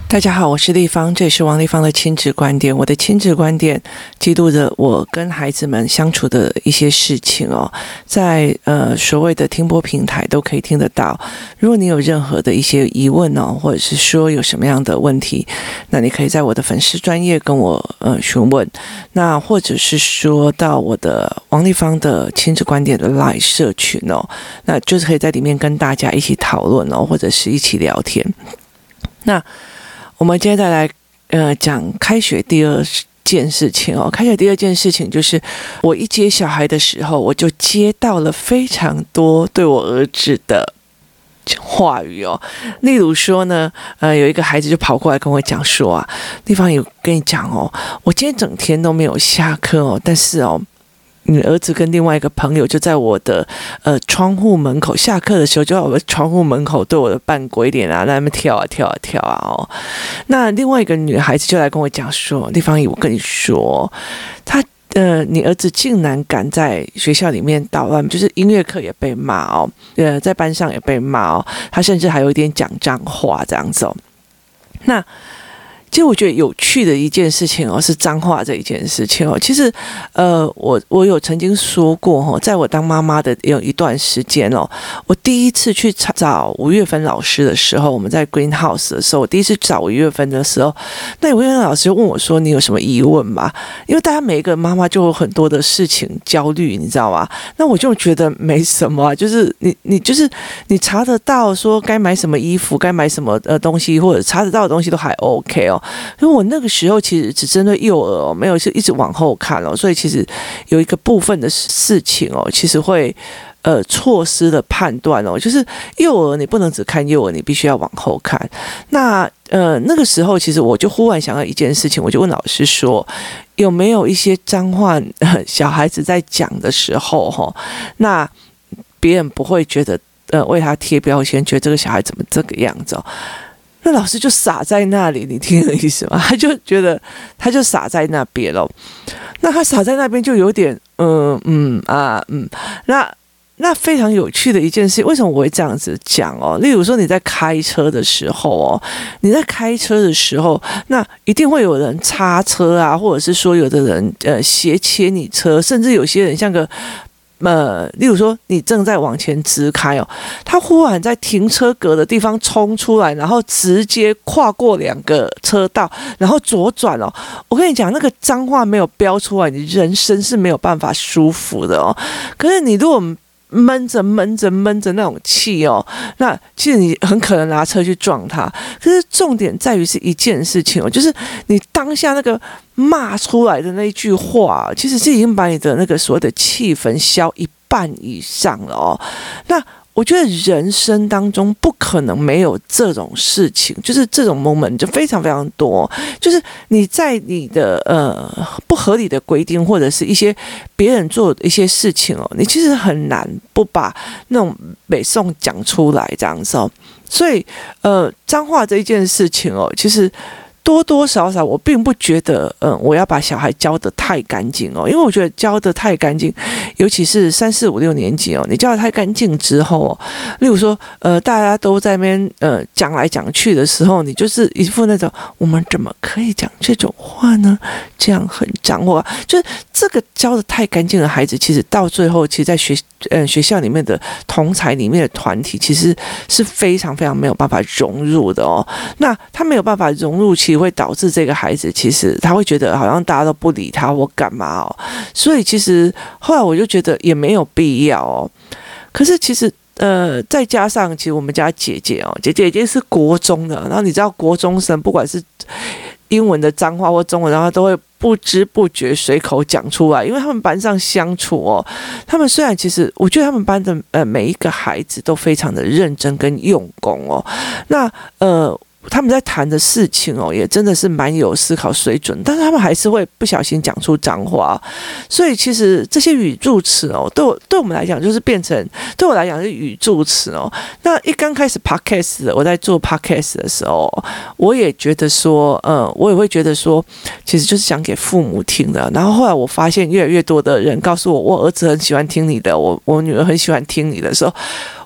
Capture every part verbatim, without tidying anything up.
大家好，我是丽芳，这也是王丽芳的亲子观点。我的亲子观点记录着我跟孩子们相处的一些事情哦，在呃所谓的听播平台都可以听得到。如果你有任何的一些疑问哦，或者是说有什么样的问题，那你可以在我的粉丝专页跟我呃询问，那或者是说到我的王丽芳的亲子观点的 LINE 社群哦，那就是可以在里面跟大家一起讨论哦，或者是一起聊天。那我们接下来呃讲开学第二件事情哦，开学第二件事情就是我一接小孩的时候，我就接到了非常多对我儿子的话语哦，例如说呢，呃，有一个孩子就跑过来跟我讲说啊，地方有跟你讲哦，我今天整天都没有下课哦，但是哦。你儿子跟另外一个朋友就在我的呃窗户门口，下课的时候就在我的窗户门口对我的扮鬼脸啊，在那边跳啊跳啊跳啊哦。那另外一个女孩子就来跟我讲说，地方姨，我跟你说，他呃，你儿子竟然敢在学校里面捣乱，就是音乐课也被骂哦，呃，在班上也被骂哦，他甚至还有一点讲脏话这样子哦。那其实我觉得有趣的一件事情哦，是脏话这一件事情哦。其实，呃，我我有曾经说过哦，在我当妈妈的有一段时间哦，我第一次去找吴月芬老师的时候，我们在 Greenhouse 的时候，我第一次找吴月芬的时候，那吴月芬老师问我说：“你有什么疑问吗？”因为大家每一个妈妈就有很多的事情焦虑，你知道吗？那我就觉得没什么啊，就是你你就是你查得到说该买什么衣服，该买什么呃东西，或者查得到的东西都还 OK 哦。因为我那个时候其实只针对幼儿哦，没有是一直往后看哦，所以其实有一个部分的事情哦，其实会呃错失了判断哦，就是幼儿你不能只看幼儿，你必须要往后看。那呃那个时候其实我就忽然想到一件事情，我就问老师说，有没有一些脏话、呃、小孩子在讲的时候哈、哦，那别人不会觉得呃为他贴标签，觉得这个小孩怎么这个样子哦。那老师就傻在那里，你听的意思吗？他就觉得他就傻在那边了。那他傻在那边就有点嗯嗯啊嗯，那那非常有趣的一件事，为什么我会这样子讲哦？例如说你在开车的时候哦，你在开车的时候，那一定会有人擦车啊，或者是说有的人呃斜切你车，甚至有些人像个。呃，例如说你正在往前直开哦，他忽然在停车格的地方冲出来，然后直接跨过两个车道，然后左转哦。我跟你讲，那个脏话没有标出来，你人生是没有办法舒服的哦。可是你如果闷着闷着闷着那种气哦，那其实你很可能拿车去撞他。可是重点在于是一件事情哦，就是你当下那个骂出来的那一句话，其实是已经把你的那个所谓的气氛消一半以上了哦。那我觉得人生当中不可能没有这种事情，就是这种 moment 就非常非常多。就是你在你的呃不合理的规定，或者是一些别人做的一些事情哦，你其实很难不把那种北宋讲出来这样子哦。所以呃脏话这一件事情哦，其实。多多少少，我并不觉得，嗯，我要把小孩教得太干净哦，因为我觉得教得太干净，尤其是三四五六年级哦，你教得太干净之后哦，例如说，呃，大家都在那边呃讲来讲去的时候，你就是一副那种，我们怎么可以讲这种话呢？这样很脏话，就是这个教得太干净的孩子，其实到最后，其实在学呃学校里面的同侪里面的团体，其实是非常非常没有办法融入的哦。那他没有办法融入，其实会导致这个孩子其实他会觉得好像大家都不理他或干嘛哦，所以其实后来我就觉得也没有必要哦。可是其实呃再加上其实我们家姐姐哦，姐姐已经是国中的，然后你知道国中生不管是英文的脏话或中文，然后都会不知不觉随口讲出来，因为他们班上相处哦，他们虽然其实我觉得他们班的呃每一个孩子都非常的认真跟用功哦，那呃。他们在谈的事情哦，也真的是蛮有思考水准，但是他们还是会不小心讲出脏话，所以其实这些语助词哦，对我对我们来讲就是变成对我来讲是语助词哦。那一刚开始 podcast 我在做 podcast 的时候，我也觉得说，呃，我也会觉得说，其实就是讲给父母听的。然后后来我发现越来越多的人告诉我，我儿子很喜欢听你的，我我女儿很喜欢听你的时候。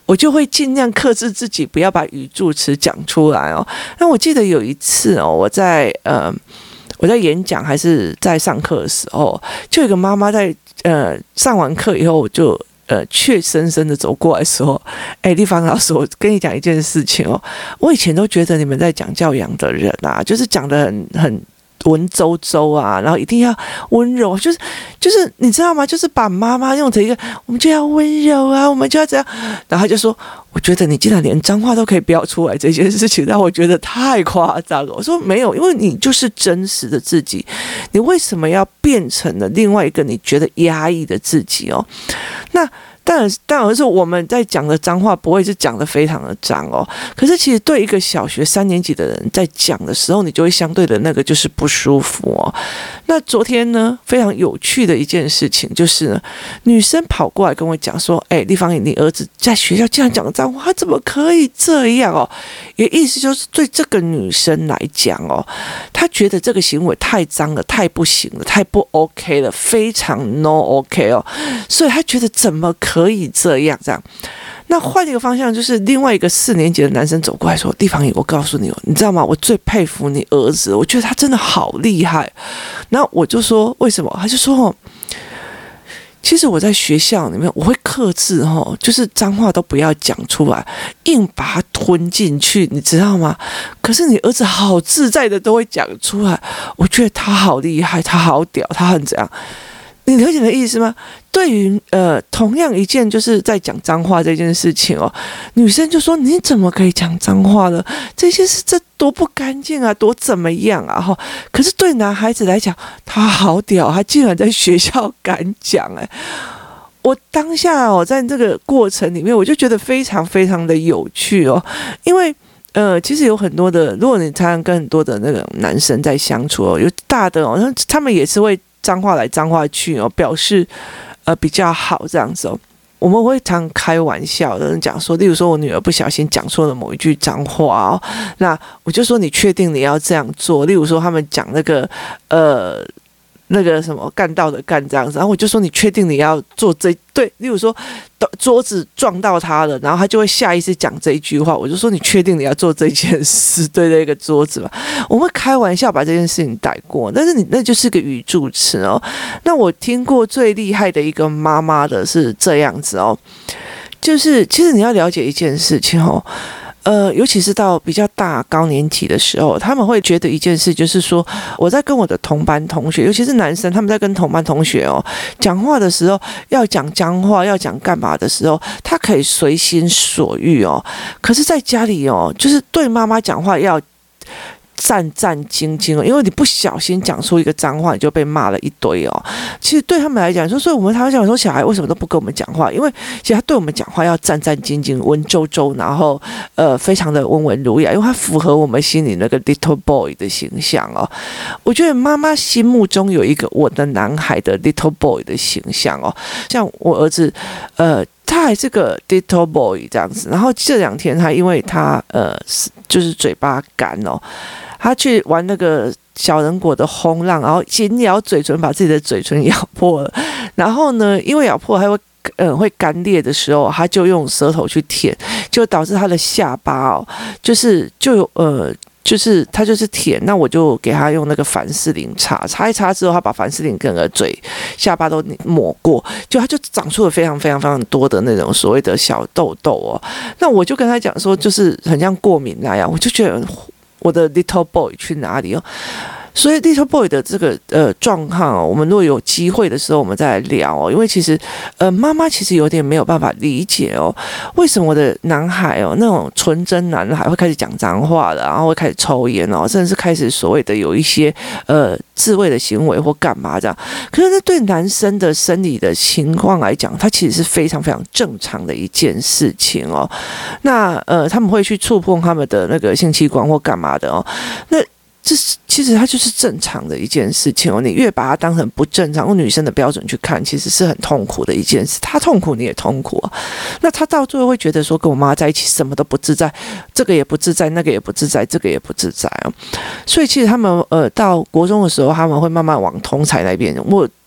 我就会尽量克制自己，不要把语助词讲出来哦。那我记得有一次哦，我在呃我在演讲还是在上课的时候，就有一个妈妈在呃上完课以后，我就呃怯生生的走过来说：“哎，立芳老师，我跟你讲一件事情哦，我以前都觉得你们在讲教养的人啊，就是讲的很很。”文绉绉啊，然后一定要温柔，就是就是你知道吗？就是把妈妈用成一个，我们就要温柔啊，我们就要这样。然后他就说，我觉得你竟然连脏话都可以标出来，这件事情让我觉得太夸张了。我说没有，因为你就是真实的自己，你为什么要变成了另外一个你觉得压抑的自己哦？那。当然，当然是我们在讲的脏话不会是讲的非常的脏哦。可是其实对一个小学三年级的人在讲的时候，你就会相对的那个就是不舒服哦。那昨天呢，非常有趣的一件事情就是呢，女生跑过来跟我讲说：“哎，立芳，你儿子在学校竟然讲脏话，他怎么可以这样哦？”也意思就是对这个女生来讲哦，她觉得这个行为太脏了，太不行了，太不 OK 了，非常 no OK 哦，所以她觉得怎么可可以这样这样，那换一个方向，就是另外一个四年级的男生走过来说：“地方，我告诉你哦，你知道吗？我最佩服你儿子，我觉得他真的好厉害。”然后我就说：“为什么？”他就说：“哦，其实我在学校里面，我会克制哦，就是脏话都不要讲出来，硬把它吞进去，你知道吗？可是你儿子好自在的都会讲出来，我觉得他好厉害，他好屌，他很怎样。”你了解的意思吗？对于呃，同样一件就是在讲脏话这件事情哦，女生就说你怎么可以讲脏话呢？这些是这多不干净啊，多怎么样啊？哈，可是对男孩子来讲，他好屌，他竟然在学校敢讲哎！我当下哦，在这个过程里面，我就觉得非常非常的有趣哦，因为。呃，其实有很多的，如果你常常跟很多的那个男生在相处哦，有大的哦，他们也是会脏话来脏话去哦，表示呃比较好这样子哦。我们会常开玩笑的讲说，例如说我女儿不小心讲错了某一句脏话哦，那我就说你确定你要这样做？例如说他们讲那个呃。那个什么干到的干这样子，然后我就说你确定你要做这对？例如说桌子撞到他了，然后他就会下意识讲这一句话，我就说你确定你要做这件事对那个桌子嘛？我们会开玩笑把这件事情带过，但是你那就是个语助词哦。那我听过最厉害的一个妈妈的是这样子哦，就是其实你要了解一件事情哦。呃，尤其是到比较大高年级的时候，他们会觉得一件事，就是说我在跟我的同班同学，尤其是男生，他们在跟同班同学哦讲话的时候，要讲脏话，要讲干嘛的时候，他可以随心所欲哦。可是在家里哦，就是对妈妈讲话要战战兢兢哦，因为你不小心讲出一个脏话，你就被骂了一堆哦。其实对他们来讲，说所以我们台湾讲说小孩为什么都不跟我们讲话，因为其实他对我们讲话要战战兢兢、文绉绉，然后呃非常的温文儒雅，因为他符合我们心里那个 little boy 的形象哦。我觉得妈妈心目中有一个我的男孩的 little boy 的形象哦，像我儿子，呃。他还是个 little boy 这样子，然后这两天他因为他呃就是嘴巴干哦，他去玩那个小人国的轰浪，然后紧咬嘴唇，把自己的嘴唇咬破了，然后呢，因为咬破还会呃会干裂的时候，他就用舌头去舔，就导致他的下巴哦，就是就有呃。就是他就是舔，那我就给他用那个凡士林擦，擦一擦之后，他把凡士林跟个嘴、下巴都抹过，就他就长出了非常非常非常多的那种所谓的小痘痘哦。那我就跟他讲说，就是很像过敏那样，我就觉得我的 little boy 去哪里哦？所以 little boy 的这个呃状况哦，我们如果有机会的时候，我们再来聊哦。因为其实呃妈妈其实有点没有办法理解哦，为什么我的男孩哦那种纯真男孩会开始讲脏话的，然后会开始抽烟哦，甚至是开始所谓的有一些呃自慰的行为或干嘛这样。可是那对男生的生理的情况来讲，它其实是非常非常正常的一件事情哦。那呃他们会去触碰他们的那个性器官或干嘛的哦，那。这是其实它就是正常的一件事情哦，你越把它当成不正常，用女生的标准去看，其实是很痛苦的一件事。他痛苦，你也痛苦啊。那他到最后会觉得说，跟我妈在一起什么都不自在，这个也不自在，那个也不自在，这个也不自在哦。所以其实他们呃到国中的时候，他们会慢慢往同才那边。我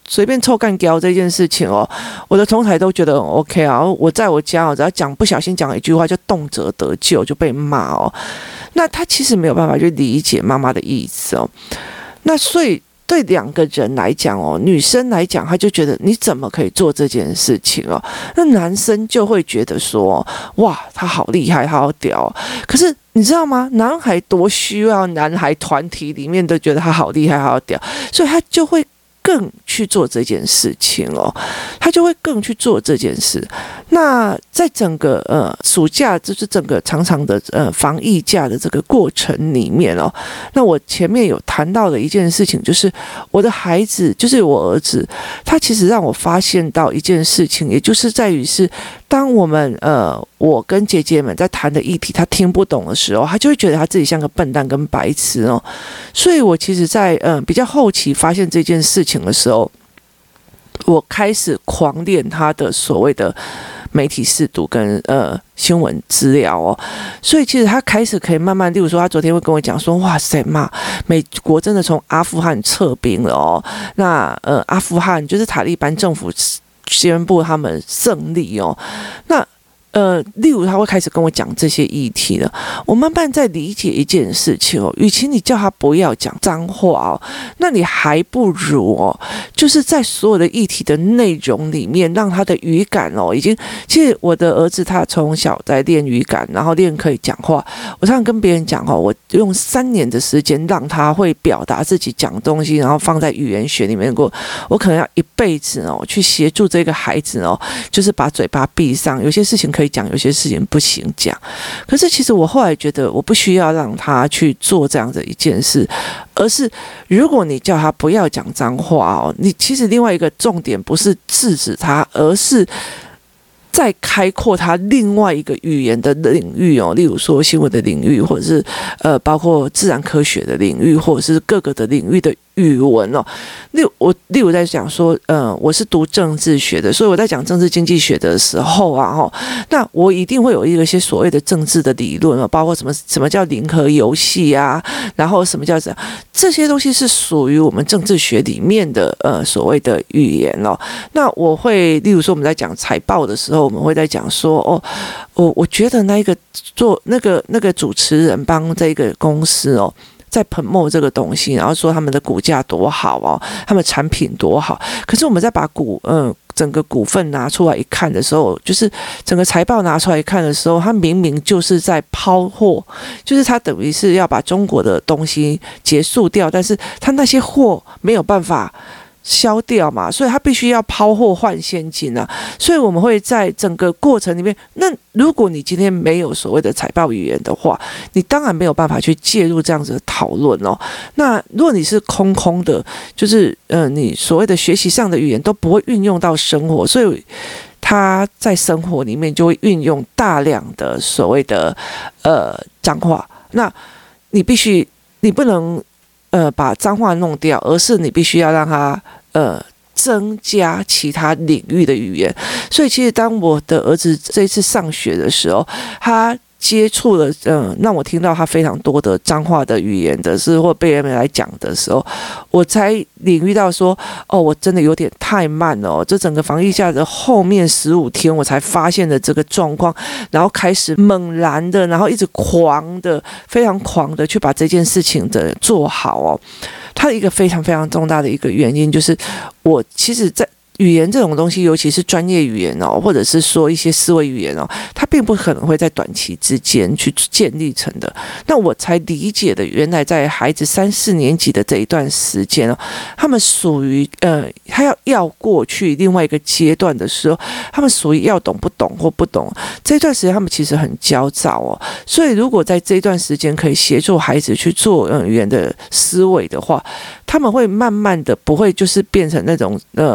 随便臭干胶这件事情哦，我的同台都觉得很 OK 啊。我在我家哦，只要讲不小心讲一句话，就动辄得咎，就被骂哦。那他其实没有办法去理解妈妈的意思哦。那所以对两个人来讲哦，女生来讲，她就觉得你怎么可以做这件事情哦？那男生就会觉得说，哇，他好厉害，他好屌哦。可是你知道吗？男孩多需要男孩团体里面都觉得他好厉害，好屌，所以他就会更去做这件事情哦，他就会更去做这件事。那在整个呃暑假，就是整个长长的呃防疫假的这个过程里面哦，那我前面有谈到的一件事情，就是我的孩子，就是我儿子，他其实让我发现到一件事情，也就是在于是，当我们呃我跟姐姐们在谈的议题，他听不懂的时候，他就会觉得他自己像个笨蛋跟白痴哦。所以我其实在呃比较后期发现这件事情的时候，我开始狂练他的所谓的媒体识读跟呃新闻资料哦，所以其实他开始可以慢慢，例如说他昨天会跟我讲说，哇塞妈，美国真的从阿富汗撤兵了哦，那呃阿富汗就是塔利班政府宣布他们胜利哦，那。呃，例如他会开始跟我讲这些议题了，我慢慢在理解一件事情哦，与其你叫他不要讲脏话哦，那你还不如哦，就是在所有的议题的内容里面，让他的语感哦，已经，其实我的儿子他从小在练语感，然后练可以讲话，我常常跟别人讲哦，我用三年的时间让他会表达自己讲东西，然后放在语言学里面过，我可能要一辈子哦，去协助这个孩子哦，就是把嘴巴闭上，有些事情可以讲，有些事情不行讲。可是其实我后来觉得我不需要让他去做这样的一件事，而是如果你叫他不要讲脏话哦，你其实另外一个重点不是制止他，而是再开阔他另外一个语言的领域哦，例如说新闻的领域，或者是呃包括自然科学的领域，或者是各个的领域的语文哦。例如我例如在讲说，呃，我是读政治学的，所以我在讲政治经济学的时候啊，哦，那我一定会有一些所谓的政治的理论哦，包括什么什么叫零和游戏啊，然后什么叫什么，这些东西是属于我们政治学里面的呃所谓的语言哦。那我会例如说我们在讲财报的时候，我们会在讲说，哦，我我觉得那个做那个那个主持人帮这个公司哦。在 promote 这个东西，然后说他们的股价多好哦，他们产品多好。可是我们在把股嗯、呃、整个股份拿出来一看的时候，就是整个财报拿出来一看的时候，他明明就是在抛货，就是他等于是要把中国的东西结束掉，但是他那些货没有办法消掉嘛，所以他必须要抛货换现金啊。所以我们会在整个过程里面，那如果你今天没有所谓的财报语言的话，你当然没有办法去介入这样子的讨论哦。那如果你是空空的，就是呃，你所谓的学习上的语言都不会运用到生活，所以他在生活里面就会运用大量的所谓的呃脏话。那你必须，你不能。呃，把脏话弄掉，而是你必须要让他呃增加其他领域的语言。所以，其实当我的儿子这一次上学的时候，他接触了，嗯、呃，让我听到他非常多的脏话的语言的是，或被人们来讲的时候，我才领域到说，哦，我真的有点太慢了、哦。这整个防疫假的后面十五天，我才发现了这个状况，然后开始猛然的，然后一直狂的，非常狂的去把这件事情的做好哦。它一个非常非常重大的一个原因就是，我其实在。语言这种东西，尤其是专业语言哦，或者是说一些思维语言哦，它并不可能会在短期之间去建立成的。那我才理解的，原来在孩子三四年级的这一段时间哦，他们属于呃，他要要过去另外一个阶段的时候，他们属于要懂不懂或不懂这一段时间，他们其实很焦躁哦。所以如果在这一段时间可以协助孩子去做嗯语言的思维的话，他们会慢慢的不会就是变成那种呃。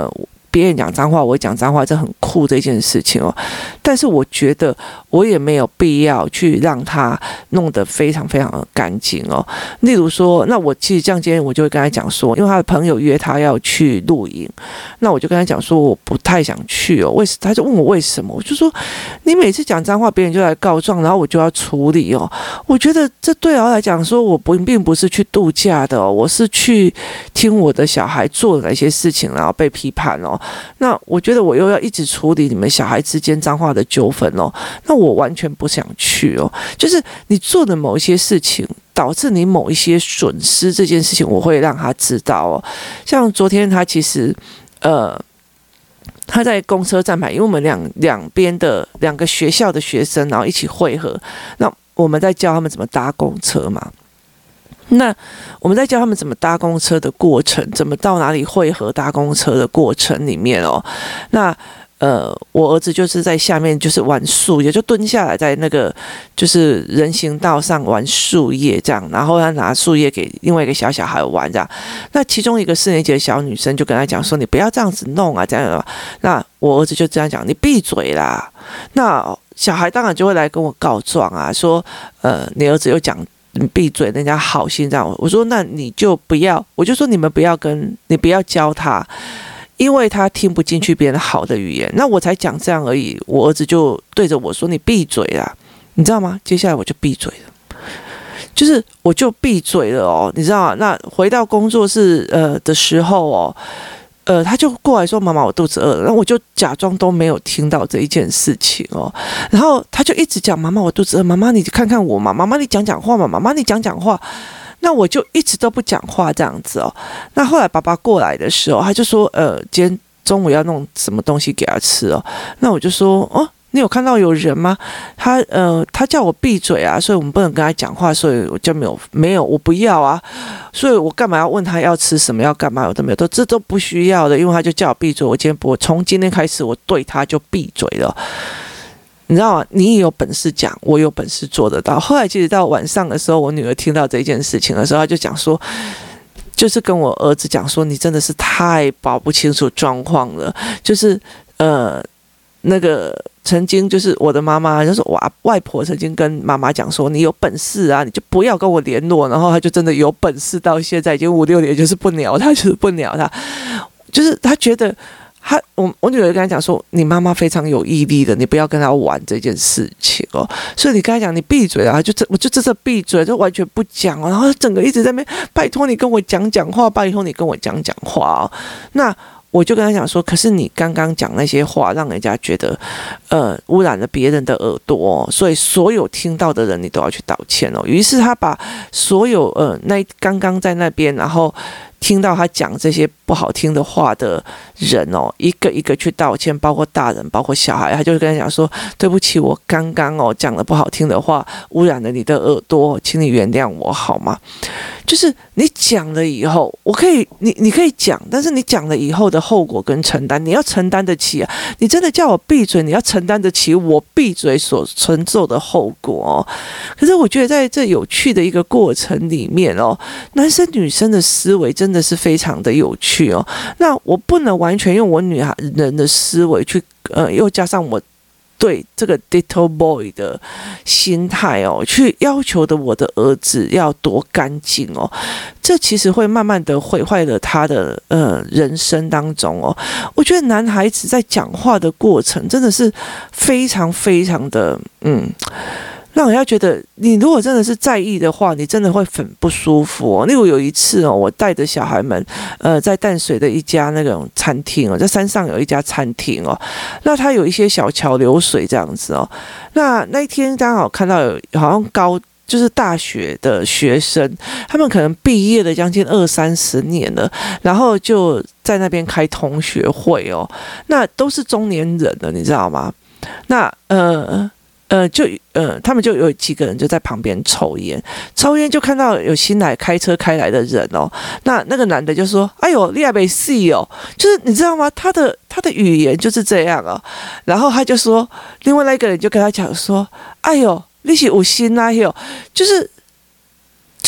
别人讲脏话，我讲脏话，这很酷的一件事情哦。但是我觉得我也没有必要去让他弄得非常非常的干净哦。例如说，那我其实这样今天我就会跟他讲说，因为他的朋友约他要去露营，那我就跟他讲说我不太想去哦。为什？他就问我为什么，我就说你每次讲脏话，别人就来告状，然后我就要处理哦。我觉得这对我来讲说，我不并不是去度假的哦，我是去听我的小孩做了哪些事情，然后被批判哦。那我觉得我又要一直处理你们小孩之间脏话的纠纷哦，那我完全不想去哦。就是你做的某一些事情导致你某一些损失，这件事情我会让他知道哦。像昨天他其实呃他在公车站牌，因为我们两两边的两个学校的学生然后一起会合，那我们在教他们怎么搭公车嘛。那我们在教他们怎么搭公车的过程，怎么到哪里汇合搭公车的过程里面哦，那呃，我儿子就是在下面就是玩树叶，就蹲下来在那个就是人行道上玩树叶这样，然后他拿树叶给另外一个小小孩玩这样。那其中一个四年级的小女生就跟他讲说：“你不要这样子弄啊，这样的。”那我儿子就这样讲：“你闭嘴啦！”那小孩当然就会来跟我告状啊，说：“呃，你儿子又讲。”你闭嘴，人家好心这样。我说那你就不要，我就说你们不要跟你不要教他，因为他听不进去别人好的语言。那我才讲这样而已，我儿子就对着我说你闭嘴啦，你知道吗？接下来我就闭嘴了，就是我就闭嘴了哦，你知道吗？那回到工作室呃的时候哦。呃，他就过来说：“妈妈，我肚子饿了。”然后我就假装都没有听到这一件事情哦。然后他就一直讲：“妈妈，我肚子饿。妈妈，你看看我嘛。妈妈，你讲讲话嘛。妈妈，你讲讲话。”那我就一直都不讲话这样子哦。那后来爸爸过来的时候，他就说：“呃，今天中午要弄什么东西给他吃哦。”那我就说：“哦。”你有看到有人吗？他呃，他叫我闭嘴啊，所以我们不能跟他讲话，所以我就没有没有，我不要啊，所以我干嘛要问他要吃什么，要干嘛？有都没有，都这都不需要的，因为他就叫我闭嘴。我今天不，从今天开始，我对他就闭嘴了。你知道吗？你也有本事讲，我有本事做得到。后来其实到晚上的时候，我女儿听到这件事情的时候，她就讲说。就是跟我儿子讲说，你真的是太搞不清楚状况了，就是呃。那个曾经就是我的妈妈，就是我外婆曾经跟妈妈讲说：“你有本事啊，你就不要跟我联络。”然后她就真的有本事，到现在已经五六年，就是不鸟她，就是不鸟她，就是她觉得她我我女儿跟她讲说：“你妈妈非常有毅力的，你不要跟她玩这件事情哦。”所以你跟她讲你闭嘴啊，就这我就这这闭嘴，就完全不讲哦。然后整个一直在那边拜托你跟我讲讲话，拜托你跟我讲讲话哦。那。我就跟他讲说，可是你刚刚讲那些话，让人家觉得，呃，污染了别人的耳朵哦，所以所有听到的人你都要去道歉哦。于是他把所有呃那刚刚在那边，然后听到他讲这些不好听的话的人哦，一个一个去道歉，包括大人，包括小孩，他就跟他讲说，对不起，我刚刚哦讲了不好听的话，污染了你的耳朵，请你原谅我好吗？就是你讲了以后，我可以，你你可以讲，但是你讲了以后的后果跟承担，你要承担得起啊！你真的叫我闭嘴，你要承担得起我闭嘴所承受的后果哦。可是我觉得在这有趣的一个过程里面哦，男生女生的思维真的是非常的有趣哦。那我不能完全用我女孩人的思维去，呃，又加上我。对这个 little boy 的心态哦，去要求的我的儿子要多干净哦，这其实会慢慢的毁坏了他的呃人生当中哦。我觉得男孩子在讲话的过程真的是非常非常的嗯。让人家觉得你如果真的是在意的话，你真的会很不舒服哦。例如有一次哦，我带着小孩们，呃，在淡水的一家那种餐厅哦，在山上有一家餐厅哦，那它有一些小桥流水这样子哦。那那一天刚好看到有好像高就是大学的学生，他们可能毕业了将近二三十年了，然后就在那边开同学会哦。那都是中年人了，你知道吗？那呃。呃，就呃，他们就有几个人就在旁边抽烟，抽烟就看到有新来开车开来的人哦。那那个男的就说：“哎呦，你还没死哦！”就是你知道吗？他的他的语言就是这样哦。然后他就说，另外那个人就跟他讲说：“哎呦，你是有心啊哟！”就是。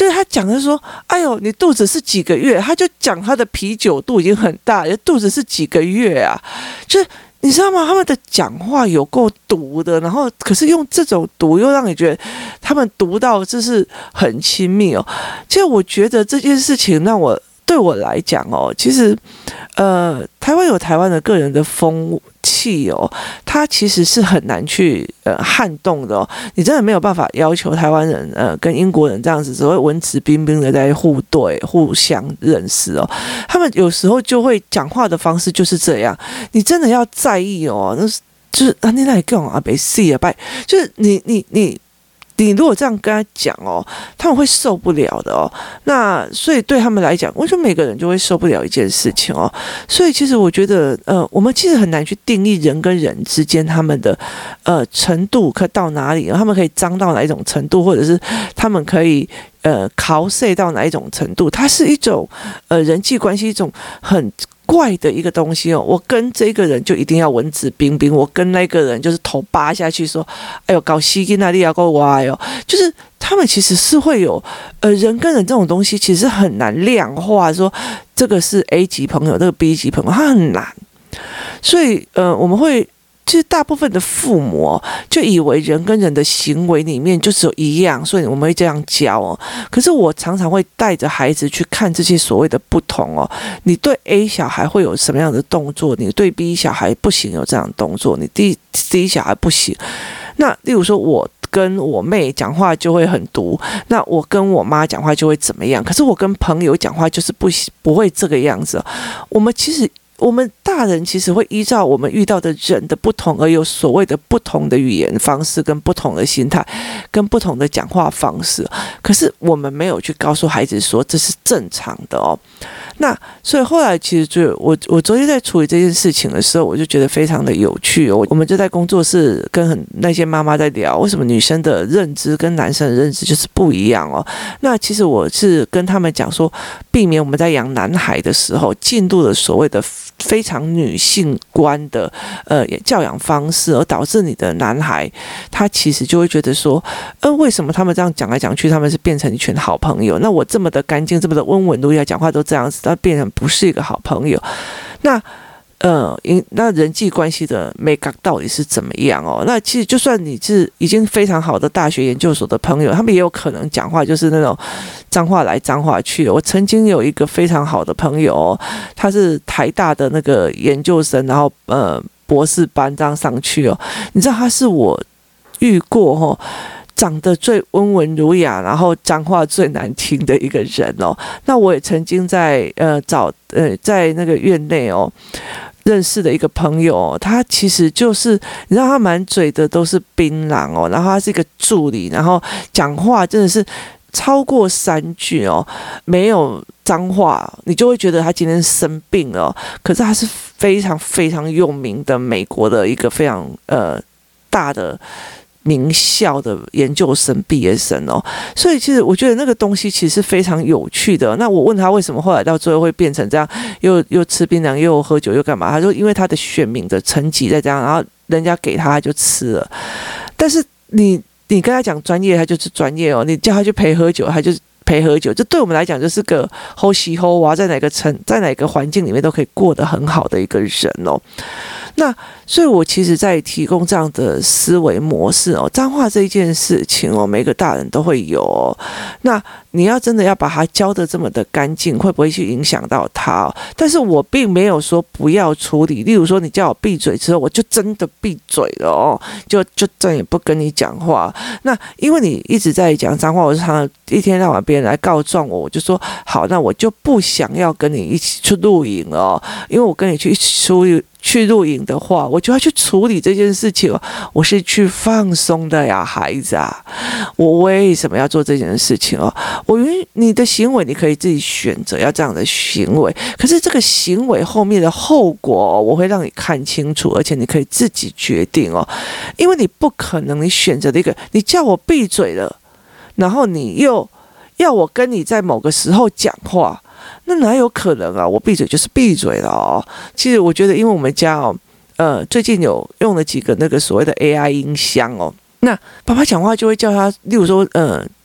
就是他讲的说，哎呦，你肚子是几个月？他就讲他的啤酒肚已经很大，肚子是几个月啊？就是你知道吗？他们的讲话有够毒的，然后可是用这种毒又让你觉得他们毒到就是很亲密哦。其实我觉得这件事情让我对我来讲哦，其实呃，台湾有台湾的个人的风气哦，它其实是很难去呃撼动的哦。你真的没有办法要求台湾人呃跟英国人这样子只会文质彬彬的在互对互相认识哦。他们有时候就会讲话的方式就是这样，你真的要在意哦。那是就是啊，你来跟我阿北 see 啊拜，就是你你你。你如果这样跟他讲哦，他们会受不了的哦。那所以对他们来讲，为什么每个人就会受不了一件事情哦？所以其实我觉得，呃，我们其实很难去定义人跟人之间他们的呃程度可到哪里，他们可以脏到哪一种程度，或者是他们可以呃考碎到哪一种程度。它是一种呃人际关系一种很怪的一个东西哦，我跟这个人就一定要文质彬彬，我跟那个人就是头扒下去说，哎呦搞西金那里要够歪哦，就是他们其实是会有呃人跟人这种东西其实很难量化，说这个是 A 级朋友，这个 B 级朋友，他很难，所以呃我们会。其实大部分的父母、哦、就以为人跟人的行为里面就只有一样，所以我们会这样教哦。可是我常常会带着孩子去看这些所谓的不同哦。你对 A 小孩会有什么样的动作？你对 B 小孩不行有这样的动作，你 D C 小孩不行。那例如说我跟我妹讲话就会很毒，那我跟我妈讲话就会怎么样？可是我跟朋友讲话就是不不会这个样子、哦。我们其实。我们大人其实会依照我们遇到的人的不同而有所谓的不同的语言方式跟不同的心态跟不同的讲话方式，可是我们没有去告诉孩子说这是正常的哦。那所以后来其实就我我昨天在处理这件事情的时候，我就觉得非常的有趣哦。我们就在工作室跟很那些妈妈在聊，为什么女生的认知跟男生的认知就是不一样哦。那其实我是跟他们讲说，避免我们在养男孩的时候进入了所谓的非常女性观的呃教养方式，而导致你的男孩他其实就会觉得说，呃，为什么他们这样讲来讲去，他们是变成一群好朋友？那我这么的干净，这么的温文儒雅，讲话都这样子，他变成不是一个好朋友。那呃，那人际关系的美感到底是怎么样哦？那其实就算你是已经非常好的大学研究所的朋友，他们也有可能讲话就是那种脏话来脏话去。我曾经有一个非常好的朋友、哦，他是台大的那个研究生，然后呃博士班这样上去哦。你知道他是我遇过哦。长得最温文儒雅，然后脏话最难听的一个人哦。那我也曾经在呃找呃在那个院内哦认识的一个朋友、哦，他其实就是你知道他满嘴的都是槟榔哦，然后他是一个助理，然后讲话真的是超过三句哦，没有脏话，你就会觉得他今天生病了、哦。可是他是非常非常有名的美国的一个非常呃大的。名校的研究生毕业生哦，所以其实我觉得那个东西其实是非常有趣的。那我问他为什么后来到最后会变成这样，又又吃槟榔又喝酒又干嘛？他说因为他的选民的成绩在这样，然后人家给他他就吃了。但是你你跟他讲专业，他就是专业哦；你叫他去陪喝酒，他就陪喝酒。这对我们来讲就是个吼西吼哇，在哪个城在哪个环境里面都可以过得很好的一个人哦。那所以我其实在提供这样的思维模式哦，脏话这一件事情哦，每个大人都会有哦。那你要真的要把它教得这么的干净，会不会去影响到他、哦？但是我并没有说不要处理。例如说，你叫我闭嘴之后，我就真的闭嘴了哦，就就再也不跟你讲话。那因为你一直在讲脏话，我就常常一天到晚别人来告状我，我就说好，那我就不想要跟你一起去露营了、哦，因为我跟你去一起出去露营的话，我就要去处理这件事情。我是去放松的呀，孩子啊！我为什么要做这件事情哦？我因为你的行为，你可以自己选择要这样的行为，可是这个行为后面的后果、哦，我会让你看清楚，而且你可以自己决定哦。因为你不可能，你选择的一个，你叫我闭嘴了，然后你又要我跟你在某个时候讲话。那哪有可能啊！我闭嘴就是闭嘴了哦。其实我觉得，因为我们家哦，呃，最近有用了几个那个所谓的 A I 音箱哦。那爸爸讲话就会叫他，例如说，呃，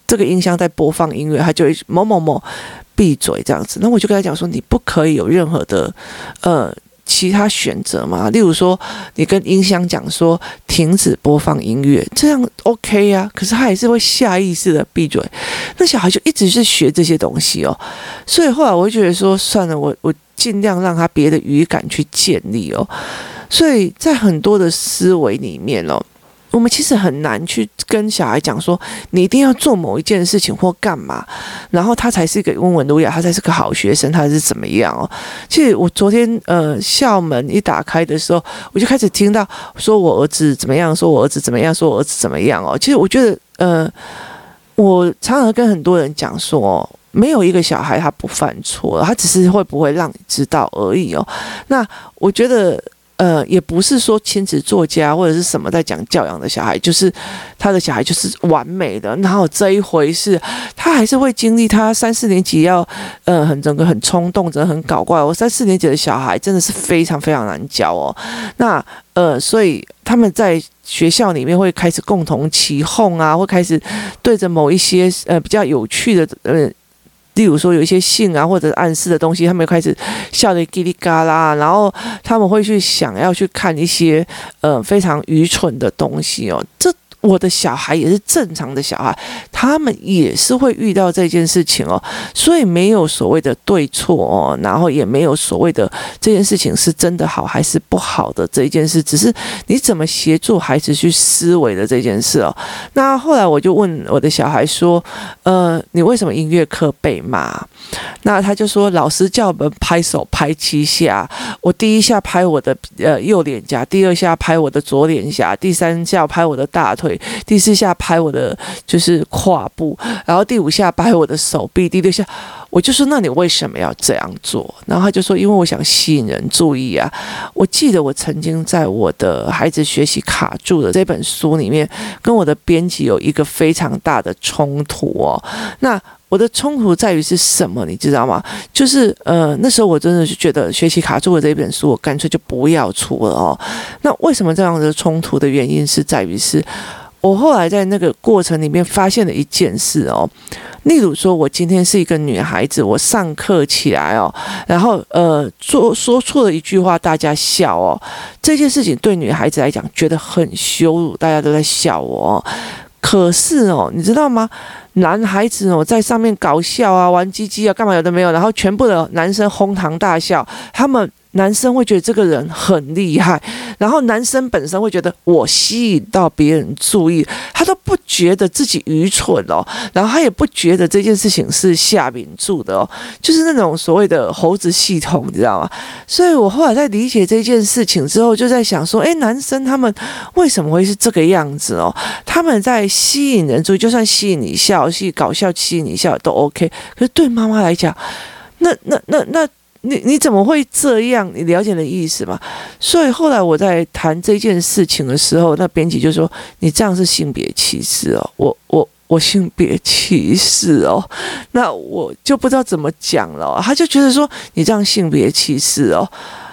这个音箱在播放音乐，他就会某某某闭嘴这样子。那我就跟他讲说，你不可以有任何的呃其他选择嘛？例如说，你跟音箱讲说停止播放音乐，这样 OK 啊？可是他还是会下意识的闭嘴。那小孩就一直是学这些东西哦。所以后来我就觉得说，算了，我我尽量让他别的语感去建立哦。所以在很多的思维里面哦，我们其实很难去跟小孩讲说，你一定要做某一件事情或干嘛，然后他才是一个温文儒雅，他才是个好学生，他是怎么样哦？其实我昨天呃校门一打开的时候，我就开始听到说我儿子怎么样，说我儿子怎么样，说我儿子怎么样哦。其实我觉得呃，我常常跟很多人讲说，没有一个小孩他不犯错，他只是会不会让你知道而已哦。那我觉得。呃，也不是说亲子作家或者是什么在讲教养的小孩，就是他的小孩就是完美的，然后这一回事，他还是会经历他三四年级要，呃，很整个很冲动，真的很搞怪。我三四年级的小孩真的是非常非常难教哦。那呃，所以他们在学校里面会开始共同起哄啊，会开始对着某一些呃比较有趣的呃。例如说有一些性啊或者暗示的东西，他们开始笑得叽里嘎啦，然后他们会去想要去看一些呃非常愚蠢的东西哦。这我的小孩也是正常的小孩，他们也是会遇到这件事情哦，所以没有所谓的对错哦，然后也没有所谓的这件事情是真的好还是不好的这一件事，只是你怎么协助孩子去思维的这件事哦。那后来我就问我的小孩说，呃，你为什么音乐课被骂？那他就说，老师叫我们拍手拍七下，我第一下拍我的呃右脸颊，第二下拍我的左脸颊，第三下拍我的大腿，第四下拍我的就是胯部，然后第五下拍我的手臂，第六下，我就说那你为什么要这样做？然后他就说，因为我想吸引人注意啊。我记得我曾经在我的孩子学习卡住的这本书里面，跟我的编辑有一个非常大的冲突哦。那我的冲突在于是什么，你知道吗？就是呃，那时候我真的是觉得学习卡住的这本书，我干脆就不要出了哦。那为什么这样的冲突的原因是在于是，我后来在那个过程里面发现了一件事哦。例如说，我今天是一个女孩子，我上课起来哦，然后呃，做说错了一句话，大家笑哦，这件事情对女孩子来讲觉得很羞辱，大家都在笑我哦。可是哦，你知道吗？男孩子哦，在上面搞笑啊、玩鸡鸡啊、干嘛有的没有，然后全部的男生哄堂大笑，他们男生会觉得这个人很厉害，然后男生本身会觉得我吸引到别人注意，他都不觉得自己愚蠢哦，然后他也不觉得这件事情是下敏注的哦，就是那种所谓的猴子系统，你知道吗？所以我后来在理解这件事情之后，就在想说，哎，男生他们为什么会是这个样子哦？他们在吸引人注意，就算吸引你笑、吸搞笑、吸引你笑都 OK， 可是对妈妈来讲，那那那那。你你怎么会这样？你了解的意思吗？所以后来我在谈这件事情的时候，那编辑就说：“你这样是性别歧视哦，我我我性别歧视哦。”那我就不知道怎么讲了哦。他就觉得说你这样性别歧视哦，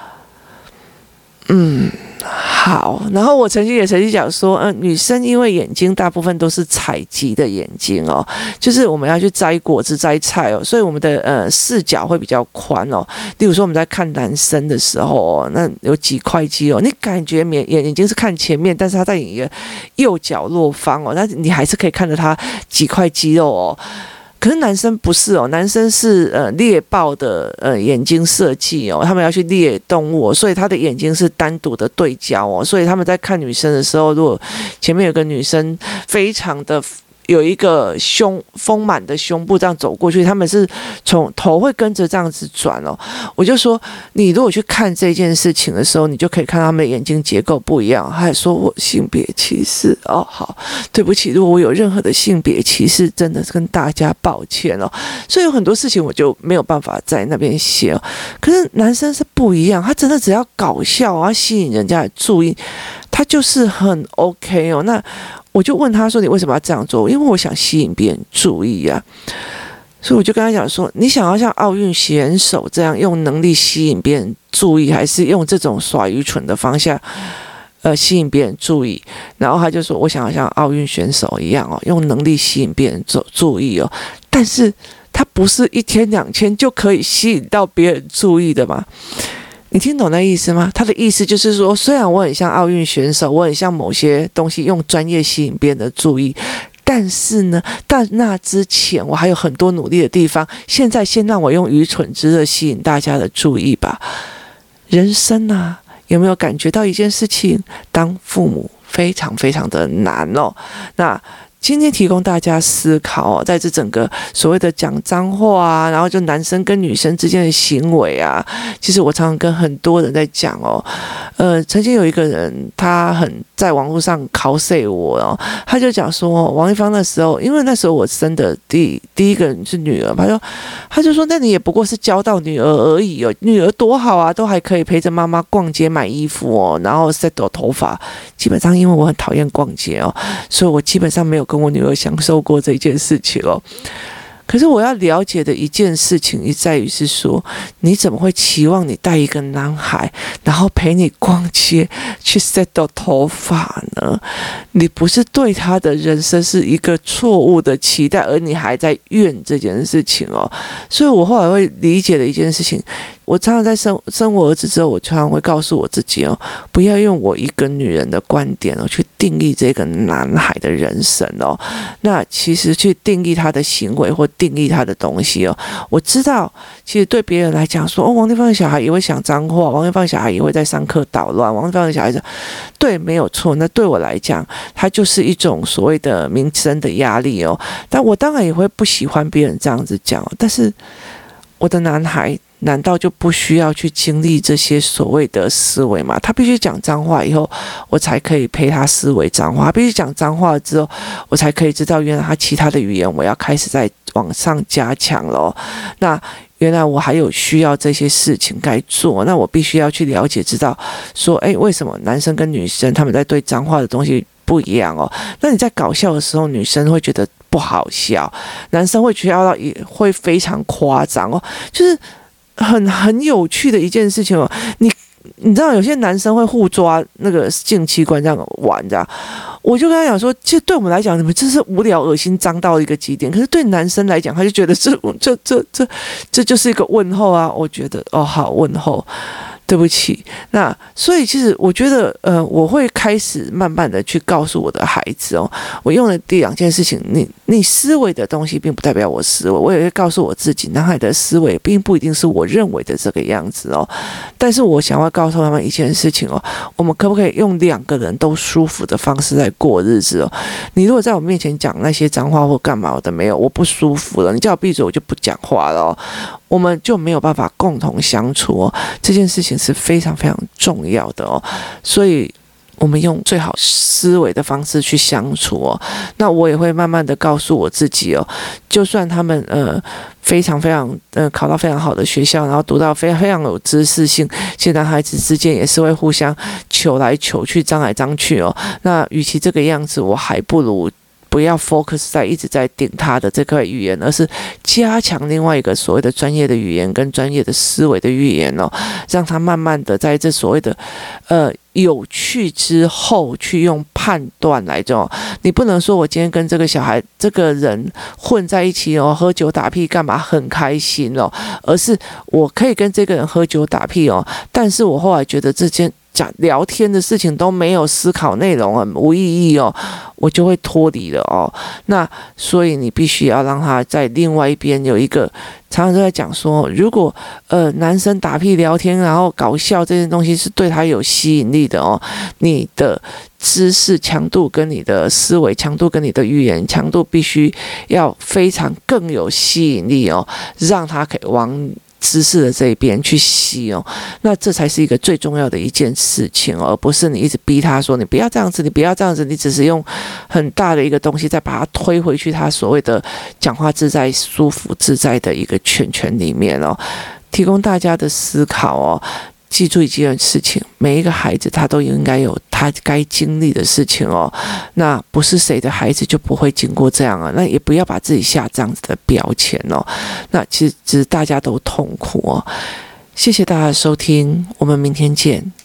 嗯。好，然后我曾经也曾经讲说，嗯、呃，女生因为眼睛大部分都是采集的眼睛哦，就是我们要去摘果子、摘菜哦，所以我们的呃视角会比较宽哦。例如说我们在看男生的时候哦，那有几块肌肉，你感觉眼眼睛是看前面，但是他在你的右角落方哦，那你还是可以看着他几块肌肉哦。可是男生不是哦，男生是呃猎豹的呃眼睛设计哦，他们要去猎动物、哦，所以他的眼睛是单独的对焦哦，所以他们在看女生的时候，如果前面有个女生非常的有一个胸丰满的胸部这样走过去，他们是从头会跟着这样子转哦。我就说，你如果去看这件事情的时候，你就可以看到他们的眼睛结构不一样。他还说我性别歧视哦，好，对不起，如果我有任何的性别歧视，真的是跟大家抱歉哦。所以有很多事情我就没有办法在那边写哦。可是男生是不一样，他真的只要搞笑啊，吸引人家的注意，他就是很 OK 哦。那我就问他说：“你为什么要这样做？”因为我想吸引别人注意啊。所以我就跟他讲说：“你想要像奥运选手这样用能力吸引别人注意，还是用这种耍愚蠢的方向？” 呃吸引别人注意，然后他就说我想要像奥运选手一样哦，用能力吸引别人注注意哦，但是他不是一天两天就可以吸引到别人注意的嘛。你听懂那意思吗？他的意思就是说，虽然我很像奥运选手，我很像某些东西用专业吸引别人的注意，但是呢，但那之前我还有很多努力的地方。现在先让我用愚蠢之乐吸引大家的注意吧。人生啊，有没有感觉到一件事情？当父母非常非常的难哦。那今天提供大家思考哦，在这整个所谓的讲脏话啊，然后就男生跟女生之间的行为啊，其实我常常跟很多人在讲哦，呃，曾经有一个人他很在网络上cos我哦，他就讲说王一芳那时候，因为那时候我生的第第一个人是女儿，他说他就说那你也不过是教到女儿而已哦，女儿多好啊，都还可以陪着妈妈逛街买衣服哦，然后 set 头发，基本上因为我很讨厌逛街哦，所以我基本上没有跟我女儿享受过这件事情哦。可是我要了解的一件事情，也在于是说，你怎么会期望你带一个男孩，然后陪你逛街，去 set 头发呢？你不是对他的人生是一个错误的期待，而你还在怨这件事情哦。所以我后来会理解的一件事情，我常常在生生我儿子之后，我常常会告诉我自己哦，不要用我一个女人的观点哦去定义这个男孩的人生哦。那其实去定义他的行为或定义他的东西哦，我知道，其实对别人来讲说，哦，王立芳的小孩也会讲脏话，王立芳的小孩也会在上课捣乱，王立芳的小孩子，对，没有错。那对我来讲，他就是一种所谓的民生的压力哦。但我当然也会不喜欢别人这样子讲，但是我的男孩难道就不需要去经历这些所谓的思维吗？他必须讲脏话以后，我才可以陪他思维脏话；他必须讲脏话之后，我才可以知道原来他其他的语言我要开始在往上加强了。那原来我还有需要这些事情该做，那我必须要去了解，知道说，哎，为什么男生跟女生他们在对脏话的东西不一样哦？那你在搞笑的时候，女生会觉得不好笑，男生会觉得也会非常夸张哦，就是很很有趣的一件事情哦。你你知道有些男生会互抓那个性器官这样玩这样，我就跟他讲说，其实对我们来讲，你们真是无聊、恶心、脏到一个极点。可是对男生来讲，他就觉得这这这这这就是一个问候啊。我觉得哦，好问候。对不起，那所以其实我觉得，呃，我会开始慢慢的去告诉我的孩子哦，我用的第两件事情，你你思维的东西并不代表我思维，我也会告诉我自己，男孩的思维并不一定是我认为的这个样子哦，但是我想要告诉他们一件事情哦，我们可不可以用两个人都舒服的方式来过日子哦？你如果在我面前讲那些脏话或干嘛我的没有，我不舒服了，你叫我闭嘴，我就不讲话了哦。我们就没有办法共同相处哦，这件事情是非常非常重要的哦，所以我们用最好思维的方式去相处哦。那我也会慢慢的告诉我自己哦，就算他们呃非常非常呃考到非常好的学校，然后读到非常非常有知识性，其实男孩子之间也是会互相求来求去、张来张去哦。那与其这个样子，我还不如不要 focus 在一直在顶他的这块语言，而是加强另外一个所谓的专业的语言跟专业的思维的语言哦，让他慢慢的在这所谓的呃有趣之后去用判断来着。你不能说我今天跟这个小孩这个人混在一起哦，喝酒打屁干嘛很开心哦，而是我可以跟这个人喝酒打屁哦，但是我后来觉得这件讲聊天的事情都没有思考内容，很无意义哦，我就会脱离了哦。那所以你必须要让他在另外一边有一个，常常都在讲说，如果呃男生打屁聊天然后搞笑这件东西是对他有吸引力的哦，你的知识强度跟你的思维强度跟你的语言强度必须要非常更有吸引力哦，让他可以往知识的这一边去吸哦，那这才是一个最重要的一件事情哦，而不是你一直逼他说你不要这样子，你不要这样子，你只是用很大的一个东西再把它推回去他所谓的讲话自在、舒服自在的一个圈圈里面哦，提供大家的思考哦。记住一件事情，每一个孩子他都应该有他该经历的事情哦。那不是谁的孩子就不会经过这样啊，那也不要把自己下这样子的标签哦。那其实只是大家都痛苦哦。谢谢大家的收听，我们明天见。